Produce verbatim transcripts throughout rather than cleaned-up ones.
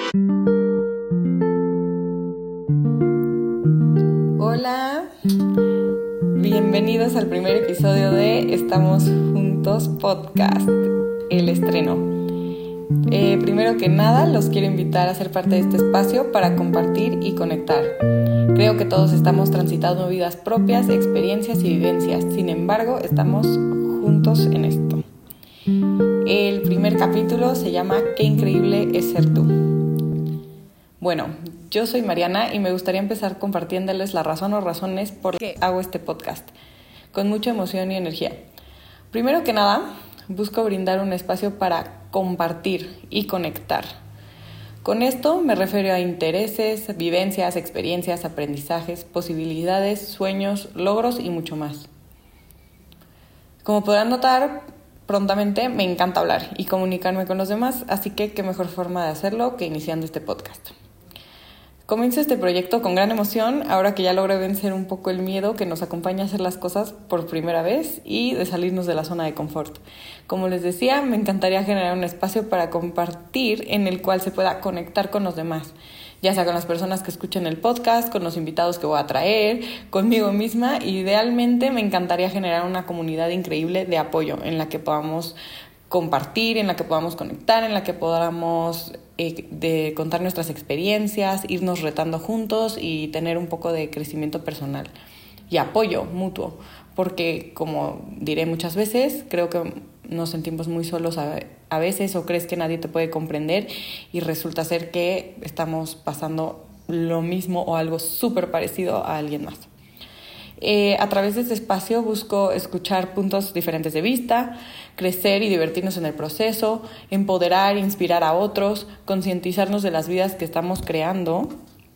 Hola, bienvenidos al primer episodio de Estamos Juntos Podcast, el estreno. Eh, primero que nada, los quiero invitar a ser parte de este espacio para compartir y conectar. Creo que todos estamos transitando vidas propias, experiencias y vivencias. Sin embargo, estamos juntos en esto. El primer capítulo se llama ¿Qué increíble es ser tú? Bueno, yo soy Mariana y me gustaría empezar compartiéndoles la razón o razones por qué hago este podcast, con mucha emoción y energía. Primero que nada, busco brindar un espacio para compartir y conectar. Con esto me refiero a intereses, vivencias, experiencias, aprendizajes, posibilidades, sueños, logros y mucho más. Como podrán notar, prontamente me encanta hablar y comunicarme con los demás, así que qué mejor forma de hacerlo que iniciando este podcast. Comienzo este proyecto con gran emoción, ahora que ya logré vencer un poco el miedo que nos acompaña a hacer las cosas por primera vez y de salirnos de la zona de confort. Como les decía, me encantaría generar un espacio para compartir en el cual se pueda conectar con los demás, ya sea con las personas que escuchen el podcast, con los invitados que voy a traer, conmigo misma. Idealmente me encantaría generar una comunidad increíble de apoyo en la que podamos compartir, en la que podamos conectar, en la que podamos eh, de contar nuestras experiencias, irnos retando juntos y tener un poco de crecimiento personal y apoyo mutuo, porque como diré muchas veces, creo que nos sentimos muy solos a, a veces o crees que nadie te puede comprender y resulta ser que estamos pasando lo mismo o algo súper parecido a alguien más. Eh, a través de este espacio busco escuchar puntos diferentes de vista, crecer y divertirnos en el proceso, empoderar, inspirar a otros, concientizarnos de las vidas que estamos creando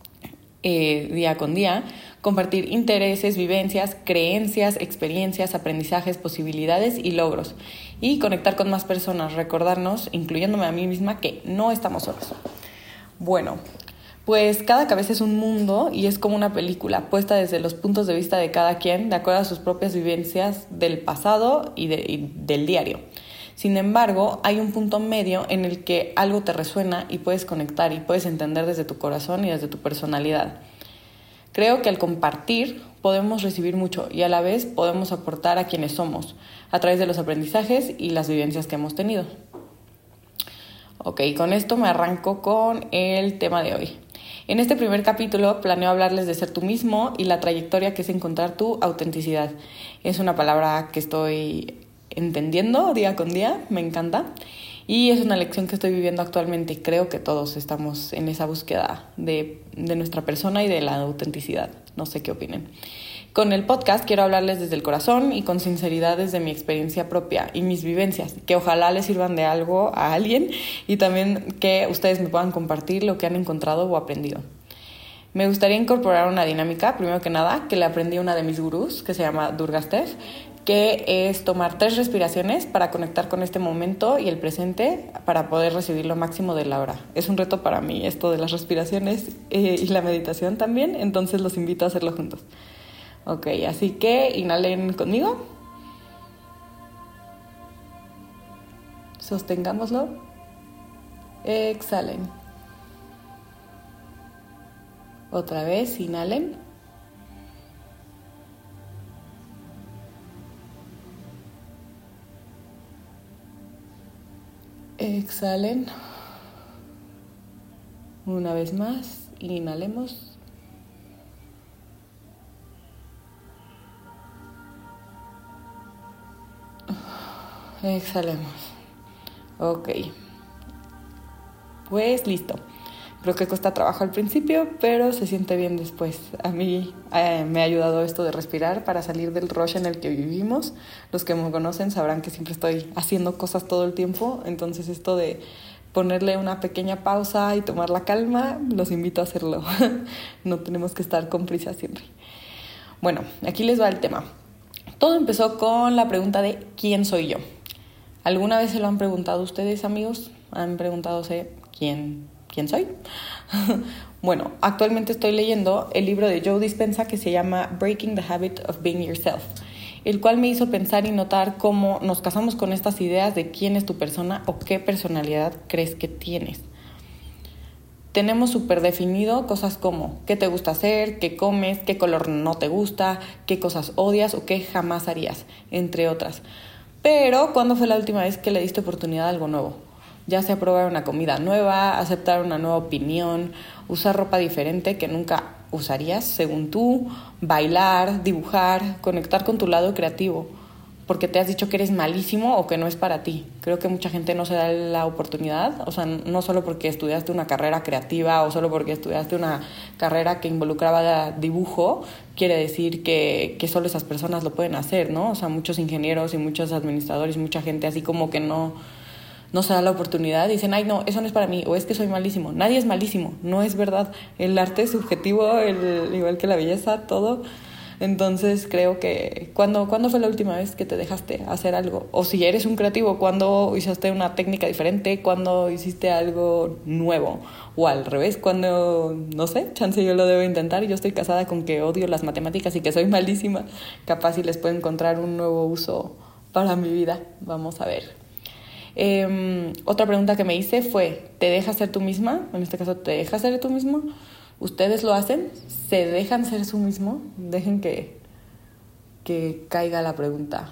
eh, día con día, compartir intereses, vivencias, creencias, experiencias, aprendizajes, posibilidades y logros, y conectar con más personas, recordarnos, incluyéndome a mí misma, que no estamos solos. Bueno, pues cada cabeza es un mundo y es como una película puesta desde los puntos de vista de cada quien, de acuerdo a sus propias vivencias del pasado y, de, y del diario. Sin embargo, hay un punto medio en el que algo te resuena y puedes conectar y puedes entender desde tu corazón y desde tu personalidad. Creo que al compartir podemos recibir mucho y a la vez podemos aportar a quienes somos a través de los aprendizajes y las vivencias que hemos tenido. Ok, con esto me arranco con el tema de hoy. En este primer capítulo planeo hablarles de ser tú mismo y la trayectoria que es encontrar tu autenticidad. Es una palabra que estoy entendiendo día con día, me encanta. Y es una lección que estoy viviendo actualmente y creo que todos estamos en esa búsqueda de, de nuestra persona y de la autenticidad. No sé qué opinen. Con el podcast quiero hablarles desde el corazón y con sinceridad desde mi experiencia propia y mis vivencias, que ojalá les sirvan de algo a alguien y también que ustedes me puedan compartir lo que han encontrado o aprendido. Me gustaría incorporar una dinámica, primero que nada, que le aprendí a una de mis gurús, que se llama Durga Steph, que es tomar tres respiraciones para conectar con este momento y el presente para poder recibir lo máximo de la hora. Es un reto para mí esto de las respiraciones eh, y la meditación también, entonces los invito a hacerlo juntos. Ok, así que inhalen conmigo. Sostengámoslo. Exhalen. Otra vez, inhalen. Exhalen. Una vez más, inhalemos. Exhalemos. Ok. Pues listo. Creo que cuesta trabajo al principio, pero se siente bien después. A mí eh, me ha ayudado esto de respirar para salir del rush en el que vivimos. Los que me conocen sabrán que siempre estoy haciendo cosas todo el tiempo. Entonces esto de ponerle una pequeña pausa y tomar la calma, los invito a hacerlo. No tenemos que estar con prisa siempre. Bueno, aquí les va el tema. Todo empezó con la pregunta de ¿quién soy yo? ¿Alguna vez se lo han preguntado ustedes, amigos? ¿Han preguntado quién, quién soy? Bueno, actualmente estoy leyendo el libro de Joe Dispenza que se llama Breaking the Habit of Being Yourself, el cual me hizo pensar y notar cómo nos casamos con estas ideas de quién es tu persona o qué personalidad crees que tienes. tenemos súper definido cosas como qué te gusta hacer, qué comes, qué color no te gusta, qué cosas odias o qué jamás harías, entre otras. Pero, ¿cuándo fue la última vez que le diste oportunidad a algo nuevo? Ya sea probar una comida nueva, aceptar una nueva opinión, usar ropa diferente que nunca usarías, según tú, bailar, dibujar, conectar con tu lado creativo, porque te has dicho que eres malísimo o que no es para ti. Creo que mucha gente no se da la oportunidad, o sea, no solo porque estudiaste una carrera creativa o solo porque estudiaste una carrera que involucraba dibujo, quiere decir que, que solo esas personas lo pueden hacer, ¿no? O sea, muchos ingenieros y muchos administradores, mucha gente así como que no, no se da la oportunidad, dicen, ay, no, eso no es para mí, o es que soy malísimo. Nadie es malísimo, no es verdad. El arte es subjetivo, el, igual que la belleza, todo. Entonces creo que ¿cuándo, ¿cuándo fue la última vez que te dejaste hacer algo? O si eres un creativo, ¿cuándo hiciste una técnica diferente? ¿Cuándo hiciste algo nuevo? O al revés, cuando, no sé, chance yo lo debo intentar. Yo estoy casada con que odio las matemáticas y que soy malísima. Capaz si les puedo encontrar un nuevo uso para mi vida. Vamos a ver. Eh, otra pregunta que me hice fue, ¿te dejas ser tú misma? En este caso, ¿te dejas ser tú mismo? ¿Ustedes lo hacen? ¿Se dejan ser tú mismo? Dejen que, que caiga la pregunta.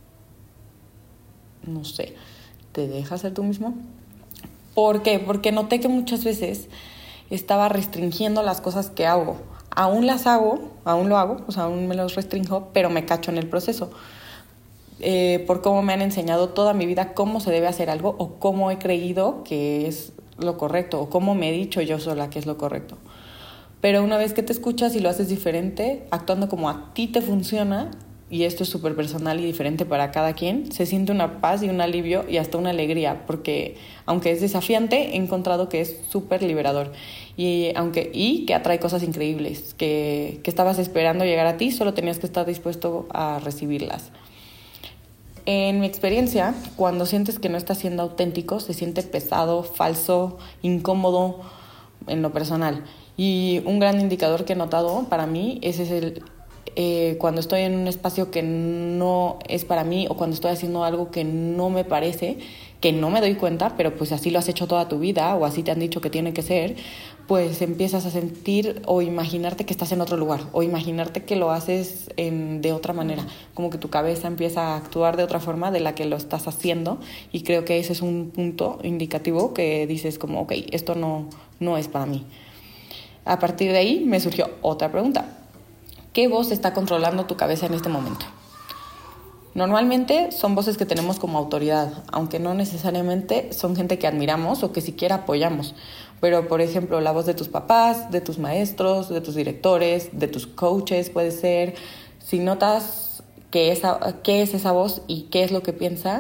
No sé, ¿te dejas ser tú mismo? ¿Por qué? Porque noté que muchas veces estaba restringiendo las cosas que hago. Aún las hago, aún lo hago, o sea, aún me los restringo, pero me cacho en el proceso. Eh, por cómo me han enseñado toda mi vida cómo se debe hacer algo o cómo he creído que es lo correcto o cómo me he dicho yo sola que es lo correcto. Pero una vez que te escuchas y lo haces diferente, actuando como a ti te funciona, y esto es súper personal y diferente para cada quien, se siente una paz y un alivio y hasta una alegría, porque aunque es desafiante, he encontrado que es súper liberador y, aunque, y que atrae cosas increíbles, que, que estabas esperando llegar a ti, solo tenías que estar dispuesto a recibirlas. En mi experiencia, cuando sientes que no estás siendo auténtico, se siente pesado, falso, incómodo en lo personal. Y un gran indicador que he notado para mí ese es el eh, cuando estoy en un espacio que no es para mí o cuando estoy haciendo algo que no me parece, que no me doy cuenta, pero pues así lo has hecho toda tu vida o así te han dicho que tiene que ser, pues empiezas a sentir o imaginarte que estás en otro lugar o imaginarte que lo haces en, de otra manera, como que tu cabeza empieza a actuar de otra forma de la que lo estás haciendo, y creo que ese es un punto indicativo que dices como, ok, esto no, no es para mí. A partir de ahí me surgió otra pregunta. ¿Qué voz está controlando tu cabeza en este momento? Normalmente son voces que tenemos como autoridad, aunque no necesariamente son gente que admiramos o que siquiera apoyamos. Pero, por ejemplo, la voz de tus papás, de tus maestros, de tus directores, de tus coaches puede ser. Si notas que esa, qué es esa voz y qué es lo que piensa,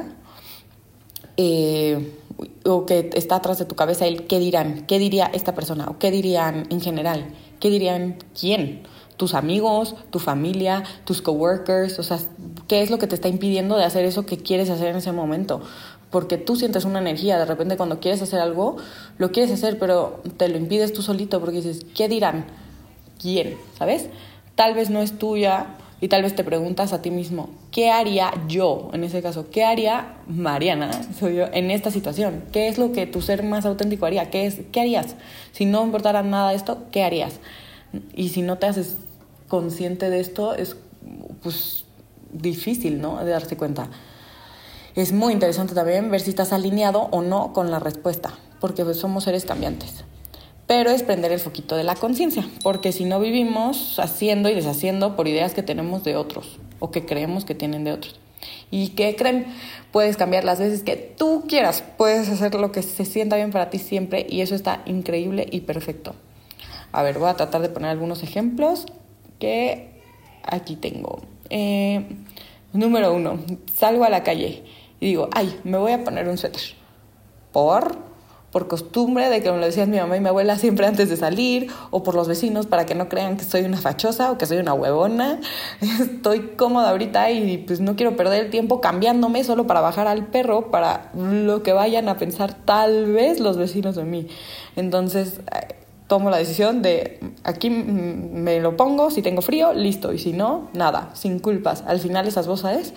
eh, o que está atrás de tu cabeza, el qué dirán, qué diría esta persona, o qué dirían en general, qué dirían quién, tus amigos, tu familia, tus coworkers, o sea, qué es lo que te está impidiendo de hacer eso que quieres hacer en ese momento. Porque tú sientes una energía, de repente cuando quieres hacer algo, lo quieres hacer, pero te lo impides tú solito porque dices, ¿qué dirán? ¿Quién? ¿Sabes? Tal vez no es tuya y tal vez te preguntas a ti mismo, ¿qué haría yo? En ese caso, ¿qué haría Mariana, soy yo, en esta situación? ¿Qué es lo que tu ser más auténtico haría? ¿Qué es, qué harías? Si no importara nada de esto, ¿qué harías? Y si no te haces consciente de esto, es pues difícil, ¿no?, de darse cuenta. Es muy interesante también ver si estás alineado o no con la respuesta, porque pues somos seres cambiantes. Pero es prender el foquito de la conciencia, porque si no vivimos haciendo y deshaciendo por ideas que tenemos de otros o que creemos que tienen de otros. ¿Y qué creen? Puedes cambiar las veces que tú quieras, puedes hacer lo que se sienta bien para ti siempre, y eso está increíble y perfecto. A ver, voy a tratar de poner algunos ejemplos que aquí tengo. Eh, número uno, salgo a la calle y digo, ay, me voy a poner un suéter. ¿Por? Por costumbre de que me lo decían mi mamá y mi abuela siempre antes de salir, o por los vecinos para que no crean que soy una fachosa o que soy una huevona. Estoy cómoda ahorita y pues no quiero perder el tiempo cambiándome solo para bajar al perro para lo que vayan a pensar tal vez los vecinos de mí. Entonces tomo la decisión de aquí me lo pongo, si tengo frío, listo, y si no, nada, sin culpas. Al final esas voces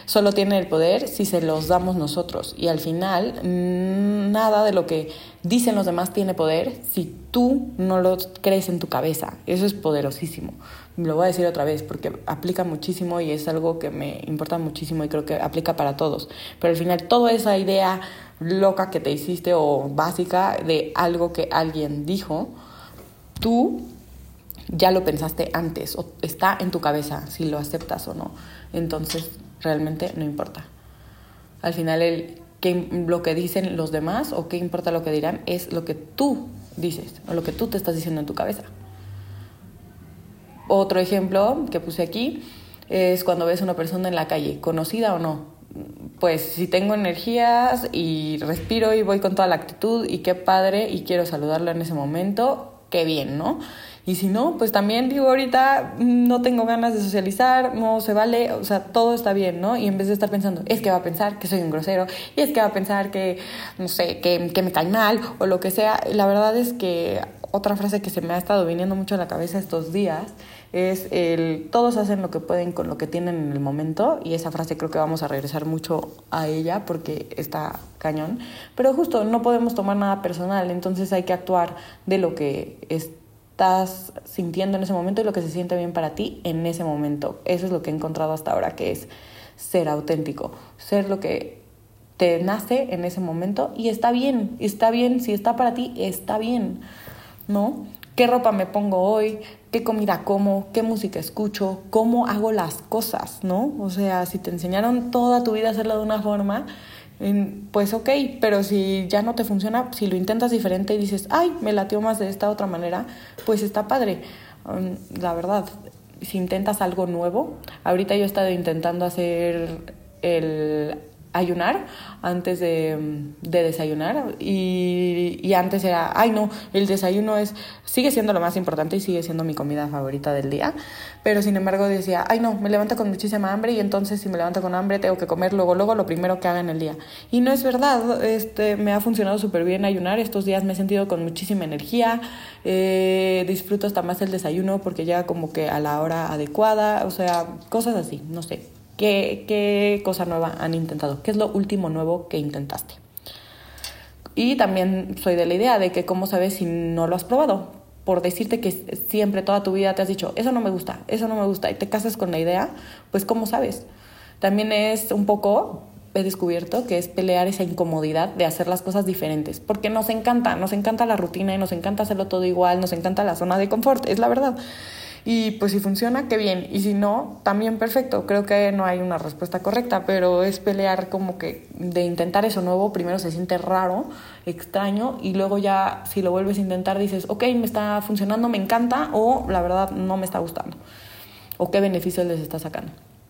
solo tienen el poder si se los damos nosotros. Y al final, nada de lo que dicen los demás tiene poder si tú no lo crees en tu cabeza. Eso es poderosísimo. Lo voy a decir otra vez porque aplica muchísimo y es algo que me importa muchísimo y creo que aplica para todos. Pero al final, toda esa idea loca que te hiciste o básica de algo que alguien dijo, tú ya lo pensaste antes o está en tu cabeza si lo aceptas o no. Entonces realmente no importa. Al final el, que, lo que dicen los demás o qué importa lo que dirán es lo que tú dices o lo que tú te estás diciendo en tu cabeza. Otro ejemplo que puse aquí es cuando ves a una persona en la calle, conocida o no. Pues si tengo energías y respiro y voy con toda la actitud y qué padre y quiero saludarlo en ese momento, qué bien, ¿no? Y si no, pues también digo ahorita no tengo ganas de socializar, no se vale, o sea, todo está bien, ¿no? Y en vez de estar pensando, es que va a pensar que soy un grosero, y es que va a pensar que, no sé, que, que me cae mal o lo que sea, la verdad es que otra frase que se me ha estado viniendo mucho a la cabeza estos días es el todos hacen lo que pueden con lo que tienen en el momento, y esa frase creo que vamos a regresar mucho a ella porque está cañón, pero justo no podemos tomar nada personal, entonces hay que actuar de lo que estás sintiendo en ese momento y lo que se siente bien para ti en ese momento. Eso es lo que he encontrado hasta ahora, que es ser auténtico, ser lo que te nace en ese momento, y está bien, está bien, si está para ti, está bien, ¿no? ¿Qué ropa me pongo hoy? ¿Qué comida como? ¿Qué música escucho? ¿Cómo hago las cosas? ¿No? O sea, si te enseñaron toda tu vida a hacerlo de una forma, pues ok, pero si ya no te funciona, si lo intentas diferente y dices, ay, me latió más de esta otra manera, pues está padre. Um, la verdad, si intentas algo nuevo, ahorita yo he estado intentando hacer el ayunar antes de, de desayunar y, y antes era, ay no, el desayuno es sigue siendo lo más importante y sigue siendo mi comida favorita del día, pero sin embargo decía, ay no, me levanto con muchísima hambre y entonces si me levanto con hambre tengo que comer luego, luego lo primero que haga en el día, y no es verdad. Este, me ha funcionado súper bien ayunar, estos días me he sentido con muchísima energía, eh, disfruto hasta más el desayuno porque llega como que a la hora adecuada, o sea, cosas así, no sé. ¿Qué, ¿Qué cosa nueva han intentado? ¿Qué es lo último nuevo que intentaste? Y también soy de la idea de que cómo sabes si no lo has probado. Por decirte que siempre toda tu vida te has dicho, eso no me gusta, eso no me gusta, y te casas con la idea, pues ¿cómo sabes? También es un poco, he descubierto, que es pelear esa incomodidad de hacer las cosas diferentes. Porque nos encanta, nos encanta la rutina y nos encanta hacerlo todo igual, nos encanta la zona de confort, es la verdad. Y pues si funciona, qué bien. Y si no, también perfecto. Creo que no hay una respuesta correcta, pero es pelear como que de intentar eso nuevo. Primero se siente raro, extraño, y luego ya si lo vuelves a intentar dices, ok, me está funcionando, me encanta, o la verdad no me está gustando. O qué beneficios les está sacando.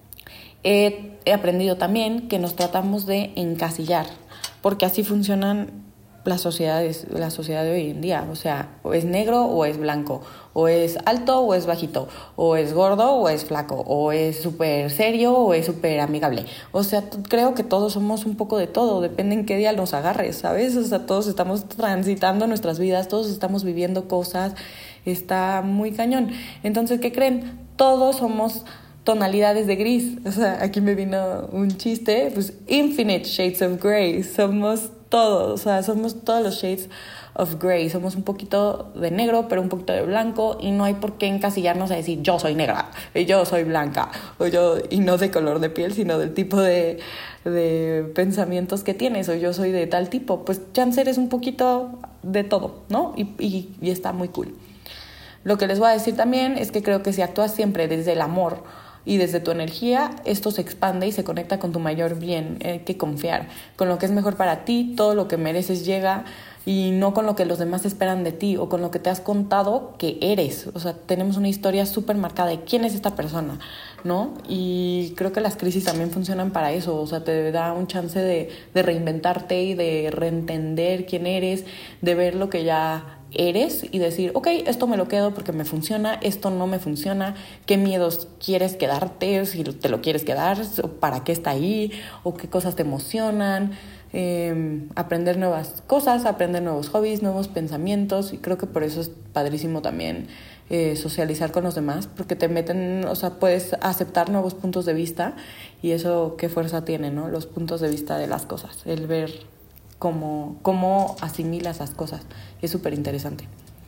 He, he aprendido también que nos tratamos de encasillar, porque así funcionan las sociedades, la sociedad de hoy en día. O sea, o es negro o es blanco, o es alto o es bajito, o es gordo o es flaco, o es súper serio o es súper amigable. O sea, t- creo que todos somos un poco de todo, depende en qué día nos agarres, ¿sabes? O sea, todos estamos transitando nuestras vidas, todos estamos viviendo cosas, está muy cañón. Entonces, ¿qué creen? Todos somos tonalidades de gris. O sea, aquí me vino un chiste, pues infinite shades of gray. Somos todos, o sea, somos todos los shades of gray. Somos un poquito de negro, pero un poquito de blanco, y no hay por qué encasillarnos a decir yo soy negra, y yo soy blanca, o yo, y no de color de piel, sino del tipo de, de pensamientos que tienes, o yo soy de tal tipo. Pues chance eres un poquito de todo, ¿no? Y, y, y está muy cool. Lo que les voy a decir también es que creo que si actúas siempre desde el amor y desde tu energía, esto se expande y se conecta con tu mayor bien. Hay que confiar. Con lo que es mejor para ti, todo lo que mereces llega, y no con lo que los demás esperan de ti o con lo que te has contado que eres. O sea, tenemos una historia súper marcada de quién es esta persona, ¿no? Y creo que las crisis también funcionan para eso. O sea, te da un chance de, de reinventarte y de reentender quién eres, de ver lo que ya eres y decir, ok, esto me lo quedo porque me funciona, esto no me funciona, qué miedos quieres quedarte, si te lo quieres quedar, para qué está ahí, o qué cosas te emocionan. eh, aprender nuevas cosas, aprender nuevos hobbies, nuevos pensamientos, y creo que por eso es padrísimo también eh, socializar con los demás, porque te meten, o sea, puedes aceptar nuevos puntos de vista, y eso qué fuerza tiene, ¿no? Los puntos de vista de las cosas, el ver cómo, cómo asimilas las cosas, es súper interesante.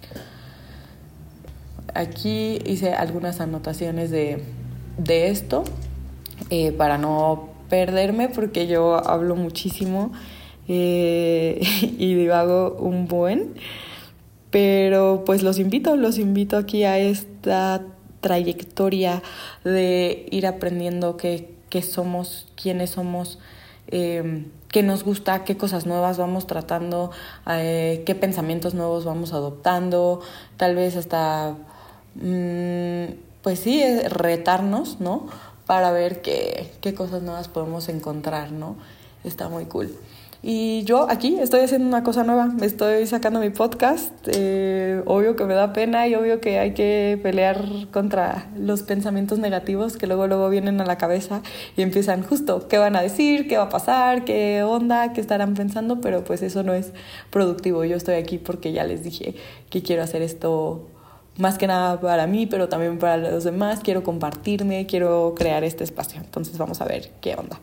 Aquí hice algunas anotaciones de, de esto eh, para no perderme, porque yo hablo muchísimo eh, y divago un buen, pero pues los invito, los invito aquí a esta trayectoria de ir aprendiendo qué, qué somos, quiénes somos, eh, qué nos gusta, qué cosas nuevas vamos tratando, eh, qué pensamientos nuevos vamos adoptando, tal vez hasta, mmm, pues sí, retarnos, ¿no? Para ver qué, qué cosas nuevas podemos encontrar, ¿no? Está muy cool. Y yo aquí estoy haciendo una cosa nueva, estoy sacando mi podcast, eh, obvio que me da pena y obvio que hay que pelear contra los pensamientos negativos que luego, luego vienen a la cabeza y empiezan justo, ¿qué van a decir? ¿Qué va a pasar? ¿Qué onda? ¿Qué estarán pensando? Pero pues eso no es productivo, yo estoy aquí porque ya les dije que quiero hacer esto más que nada para mí, pero también para los demás. Quiero compartirme, quiero crear este espacio. Entonces vamos a ver qué onda.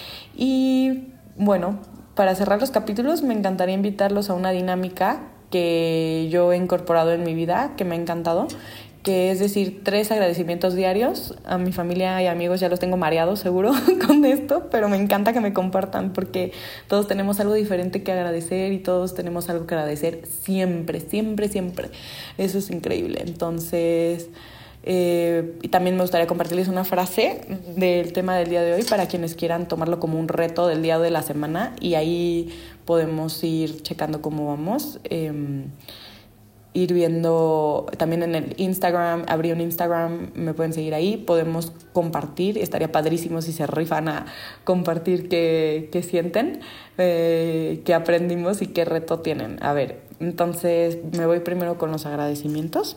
Y bueno, para cerrar los capítulos, me encantaría invitarlos a una dinámica que yo he incorporado en mi vida, que me ha encantado, que es decir, tres agradecimientos diarios. A mi familia y amigos ya los tengo mareados seguro con esto, pero me encanta que me compartan, porque todos tenemos algo diferente que agradecer y todos tenemos algo que agradecer siempre, siempre, siempre. Eso es increíble. Entonces, eh, y también me gustaría compartirles una frase del tema del día de hoy para quienes quieran tomarlo como un reto del día de la semana, y ahí podemos ir checando cómo vamos. Eh, ir viendo también en el Instagram, abrí un Instagram, me pueden seguir ahí, podemos compartir, estaría padrísimo si se rifan a compartir qué, qué sienten, eh, qué aprendimos y qué reto tienen. A ver, entonces me voy primero con los agradecimientos.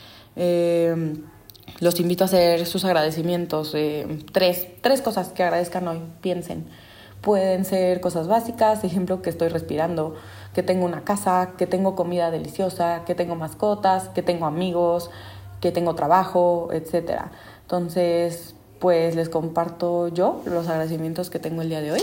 Eh, los invito a hacer sus agradecimientos, eh, tres, tres cosas que agradezcan hoy, piensen. Pueden ser cosas básicas, ejemplo, que estoy respirando, que tengo una casa, que tengo comida deliciosa, que tengo mascotas, que tengo amigos, que tengo trabajo, etcétera. Entonces, pues les comparto yo los agradecimientos que tengo el día de hoy.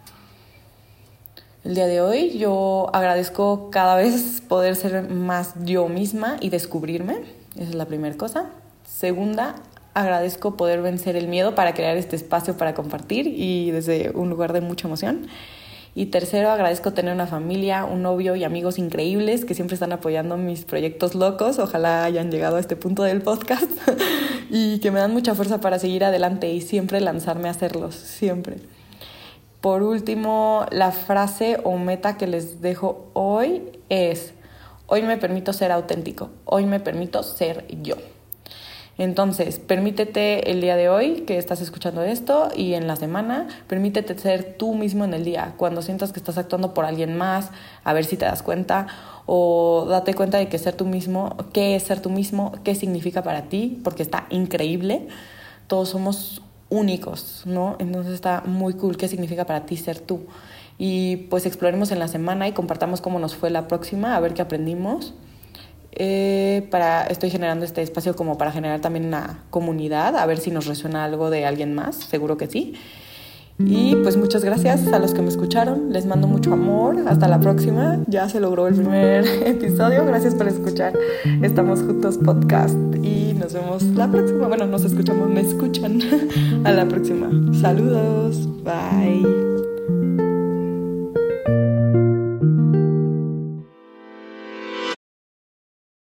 El día de hoy yo agradezco cada vez poder ser más yo misma y descubrirme. Esa es la primera cosa. Segunda, agradezco poder vencer el miedo para crear este espacio para compartir y desde un lugar de mucha emoción. Y tercero, agradezco tener una familia, un novio y amigos increíbles que siempre están apoyando mis proyectos locos. Ojalá hayan llegado a este punto del podcast y que me dan mucha fuerza para seguir adelante y siempre lanzarme a hacerlos, siempre. Por último, la frase o meta que les dejo hoy es: hoy me permito ser auténtico, hoy me permito ser yo. Entonces, permítete el día de hoy que estás escuchando esto y en la semana, permítete ser tú mismo en el día. Cuando sientas que estás actuando por alguien más, a ver si te das cuenta, o date cuenta de que ser tú mismo, qué es ser tú mismo, qué significa para ti, porque está increíble. Todos somos únicos, ¿no? Entonces está muy cool qué significa para ti ser tú. Y pues exploremos en la semana y compartamos cómo nos fue la próxima, a ver qué aprendimos. Eh, para, estoy generando este espacio como para generar también una comunidad, a ver si nos resuena algo de alguien más, seguro que sí. Y pues muchas gracias a los que me escucharon, les mando mucho amor, hasta la próxima, ya se logró el primer episodio, gracias por escuchar Estamos Juntos Podcast y nos vemos la próxima, bueno, nos escuchamos, me escuchan a la próxima. Saludos, bye.